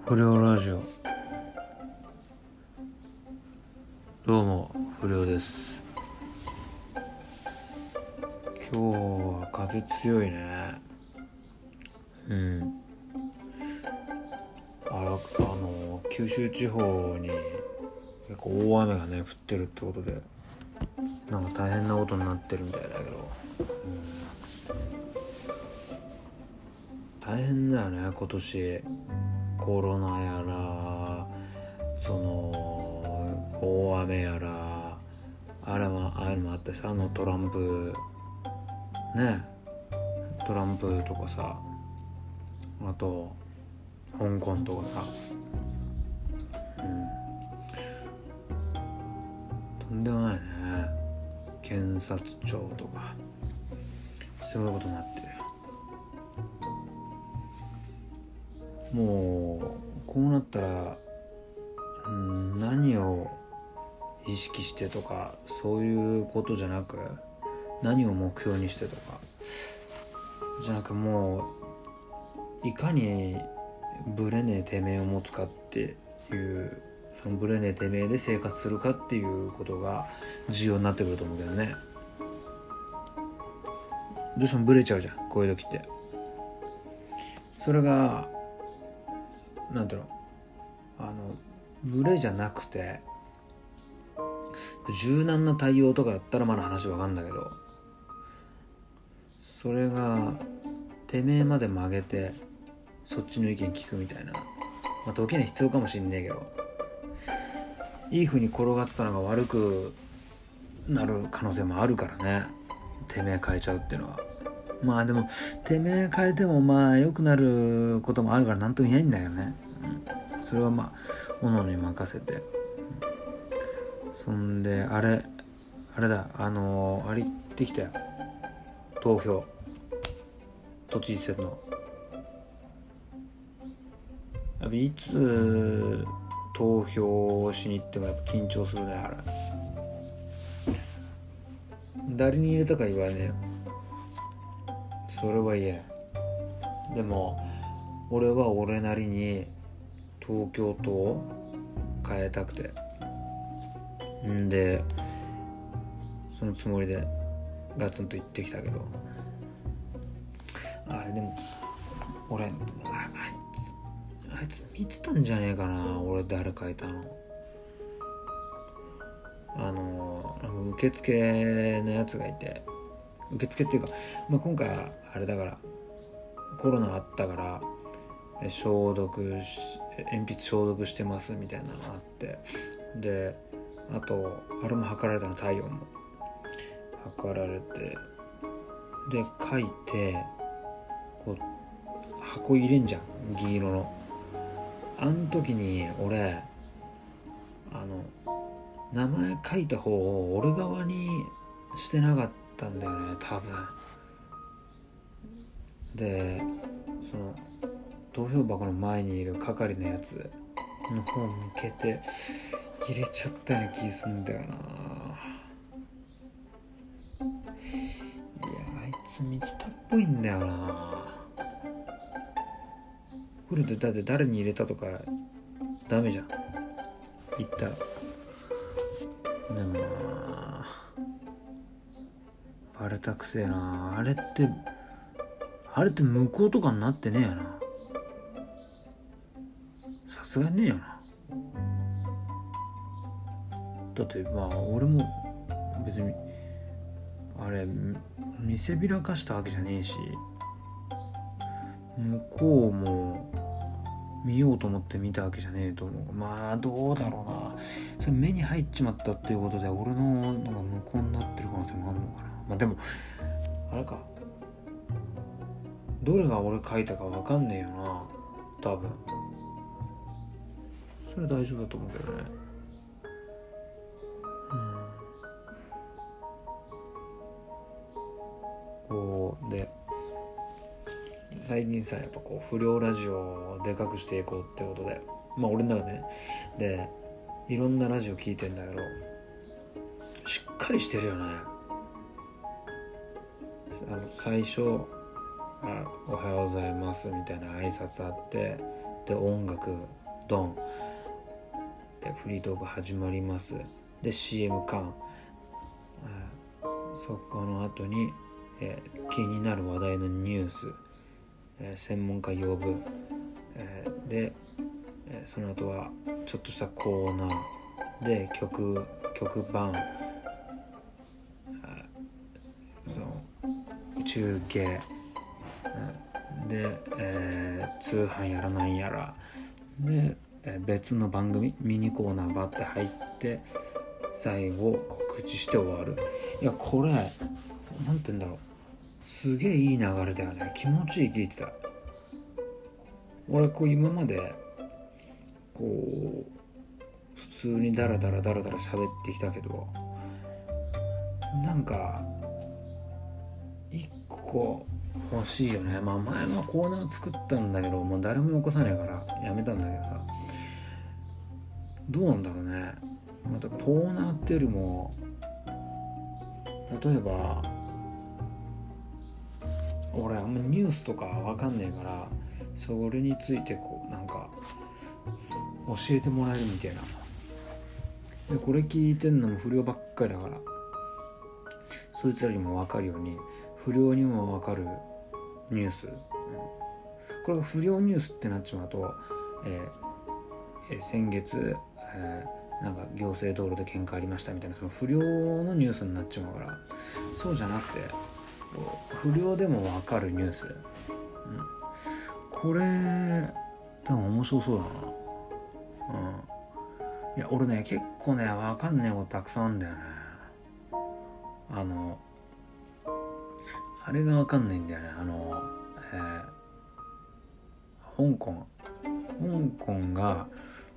不良ラジオ。どうも不良です。今日は風強いね。九州地方に結構大雨がね降ってるってことで、なんか大変なことになってるみたいだけど、大変だよね今年。コロナやらその大雨やらあれもあったし、トランプとかさ、あと香港とかさ、とんでもないね。検察庁とかすごいことになってるよ。もうこうなったら、何を意識してとかそういうことじゃなく、何を目標にしてとかじゃなく、もういかにブレねえてめえを持つかっていう、そのブレねえてめえで生活するかっていうことが重要になってくると思うけどね。どうしてもブレちゃうじゃん、こういう時って。それがなんていうの、ブレじゃなくて柔軟な対応とかだったらまだ話わかんだけど、それがてめえまで曲げてそっちの意見聞くみたいな、時には必要かもしんねえけど、いい風に転がってたのが悪くなる可能性もあるからね。てめえ変えちゃうっていうのは。でもてめえ変えても良くなることもあるからなんとも言えないんだよね。それはおのに任せて。そんであれだ、あれ行ってきたよ、投票。都知事選のいつ投票しに行ってもやっぱ緊張するね。あれ誰に入れたか言わねえよ、それは言えない。でも俺は俺なりに東京都を変えたくて、でそのつもりでガツンと言ってきたけど、あれでも俺あいつ見てたんじゃねえかな。俺誰書いたの、受付のやつがいて、受付っていうか、今回はあれだから、コロナあったから鉛筆消毒してますみたいなのがあって、であとあれも測られたの、体温も測られて、で書いてこう箱入れんじゃん、銀色の。あん時に俺名前書いた方を俺側にしてなかったんだよね、多分。でその投票箱の前にいる係のやつの方向けて入れちゃったような気すんだよな。いや、あいつ見てたっぽいんだよな。これでだって誰に入れたとかダメじゃん、言ったら。でもバレたくせえな。あれって無効とかになってねえよな、さすがにねえよな。だって俺も別にあれ見せびらかしたわけじゃねえし、向こうも見ようと思って見たわけじゃねえと思う。どうだろうな。それ目に入っちまったっていうことで俺ののが無効になってる可能性もあるのかな。でもあれか、どれが俺書いたか分かんねえよな、多分。それ大丈夫だと思うけどね。こうで最近さ、やっぱ不良ラジオをでかくしていこうってことで、俺の中でね、でいろんなラジオ聞いてんだけど、しっかりしてるよね。最初おはようございますみたいな挨拶あって、 で音楽ドンでフリートーク始まります。で CM 間、そこの後に、気になる話題のニュース、専門家呼ぶ、で、その後はちょっとしたコーナーで曲番、その中継、で、通販やらなんやらで、別の番組ミニコーナーバッて入って最後告知して終わる。いやこれなんて言うんだろう、すげえいい流れだよね。気持ちいい聞いてた。俺こう今までこう普通にダラダラ喋ってきたけど、なんか一個欲しいよね。まあ前はコーナー作ったんだけど、もう誰もよこさないからやめたんだけどさ、どうなんだろうね。またコーナーってよりも、例えば俺あんまニュースとかわかんねえから、それについてこうなんか教えてもらえるみたいな。でこれ聞いてんのも不良ばっかりだから、そいつらにも分かるように不良にも分かるニュース、これが不良ニュースってなっちまうと、先月、なんか行政道路で喧嘩ありましたみたいな、その不良のニュースになっちまうから、そうじゃなくて不良でも分かるニュース、これ多分面白そうだな。いや俺ね結構ね分かんねえことたくさんあるんだよね。あれが分かんないんだよね。香港が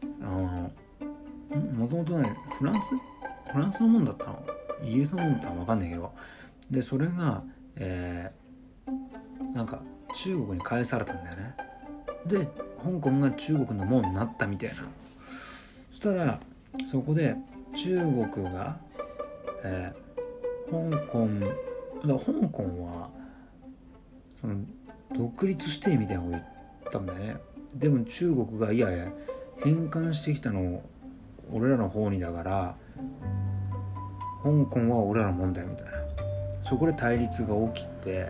もともとねフランスのもんだったの、イギリスのもんだったの分かんないけど、でそれが、なんか中国に返されたんだよね。で香港が中国のもんになったみたいな。そしたらそこで中国が、香港はその独立してみたいなこと言ったんだよね。でも中国がいやいや返還してきたの俺らの方にだから香港は俺らの問題みたいな。そこで対立が起きて、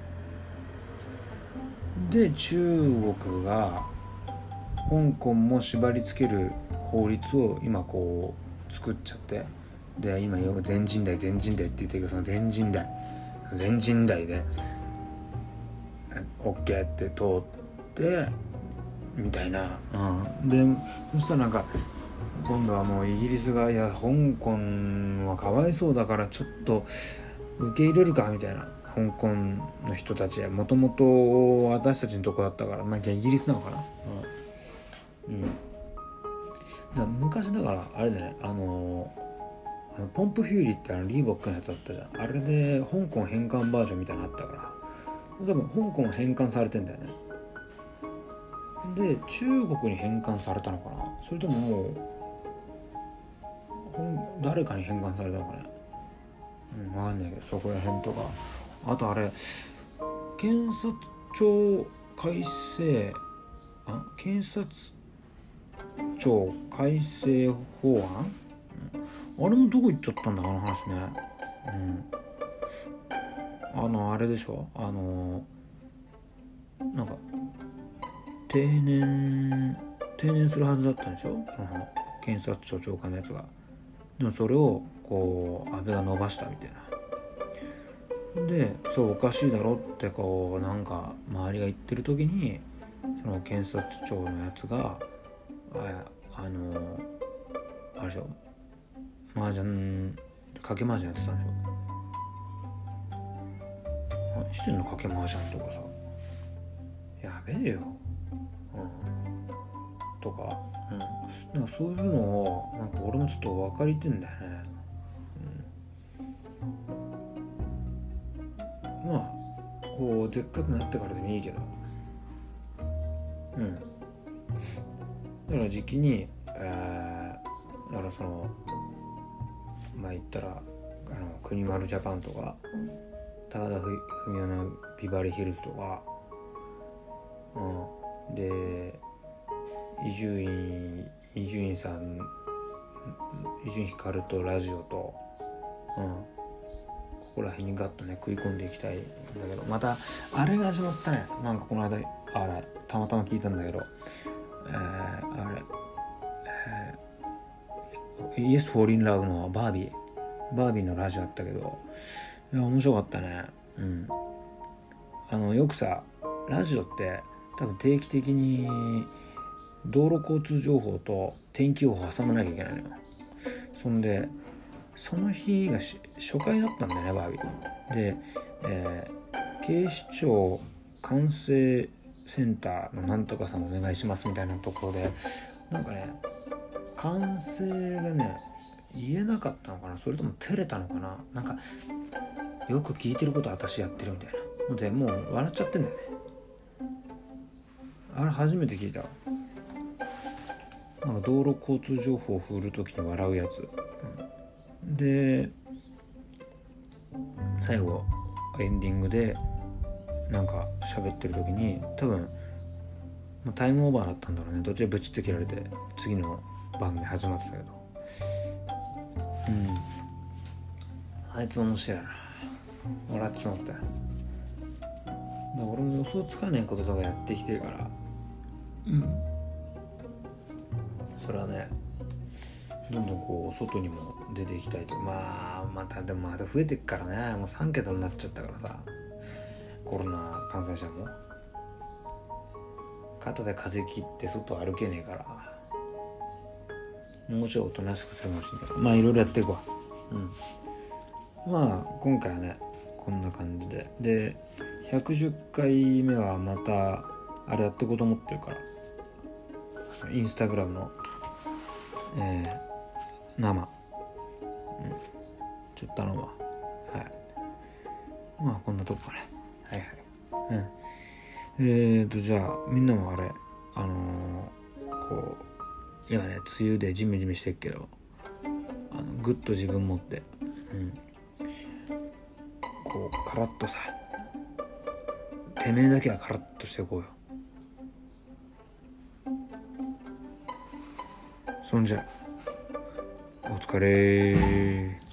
で中国が香港も縛り付ける法律を今こう作っちゃって、で今全人代って言ってるけど、その全人代で OK って通ってみたいな、でそしたらなんか今度はもうイギリスがいや香港はかわいそうだからちょっと受け入れるかみたいな。香港の人たちはもともと私たちのとこだったから、まあイギリスなのかな。だ昔だからあれだね、ポンプフューリーってリーボックのやつあったじゃん。あれで香港返還バージョンみたいなのあったから、多分香港返還されてんだよね。で中国に返還されたのかな、それとももう誰かに返還されたのかね、分かんないけど、そこら辺とか。あとあれ検察庁改正法案、あれもどこ行っちゃったんだあの話ね。あれでしょ、なんか定年するはずだったんでしょ、その検察庁長官のやつが。でもそれをこう安倍が伸ばしたみたいな。でそうおかしいだろってこうなんか周りが言ってる時に、その検察庁のやつがあれでしょ、麻雀賭け麻雀やってたんでしょ。何してんの賭け麻雀とかさ、やべえよ、とか、なんかそういうのをなんか俺もちょっと分かりてんだよね。まあこうでっかくなってからでもいいけど、だから時期に、だからそのまあ言ったら国丸ジャパンとか高田文夫のビバリーヒルズとか、で伊集院さん、伊集院光とラジオと、ここら辺にガッとね食い込んでいきたいんだけど、またあれが始まったね。なんかこの間あれたまたま聞いたんだけど、Yes Fall in Love のバービーのラジオだったけど、いや面白かったね。よくさラジオって多分定期的に道路交通情報と天気予報挟まなきゃいけないのよ。そんでその日が初回だったんだよね、バービーで、警視庁管制センターのなんとかさんお願いしますみたいなところでなんかね管制がね言えなかったのかな、それとも照れたのかな、なんかよく聞いてること私やってるみたいなのでもう笑っちゃってんだよね。あれ初めて聞いた。なんか道路交通情報を振るときに笑うやつ、で最後エンディングでなんか喋ってる時に多分タイムオーバーだったんだろうね。途中ブチって切られて次の番組始まってたけど、あいつ面白いな、笑っちまったよ。俺も予想つかねえこととかやってきてるから、それはねどんどんこう外にも出ていきたいと。またでもまた増えていくからね。もう3桁になっちゃったからさ、コロナ感染者も肩で風切って外歩けねえから、もうちょいおとなしくするかもしれない。いろいろやっていくわ。今回はねこんな感じで110回目はまたあれやっていこうと思ってるから、インスタグラムの生、ちょっと頼むわ。こんなとこかね。じゃあみんなもあれこう今ね梅雨でジメジメしてるけどぐっと自分持って、こうカラッとさ、てめえだけはカラッとしていこうよ。そんじゃお疲れ。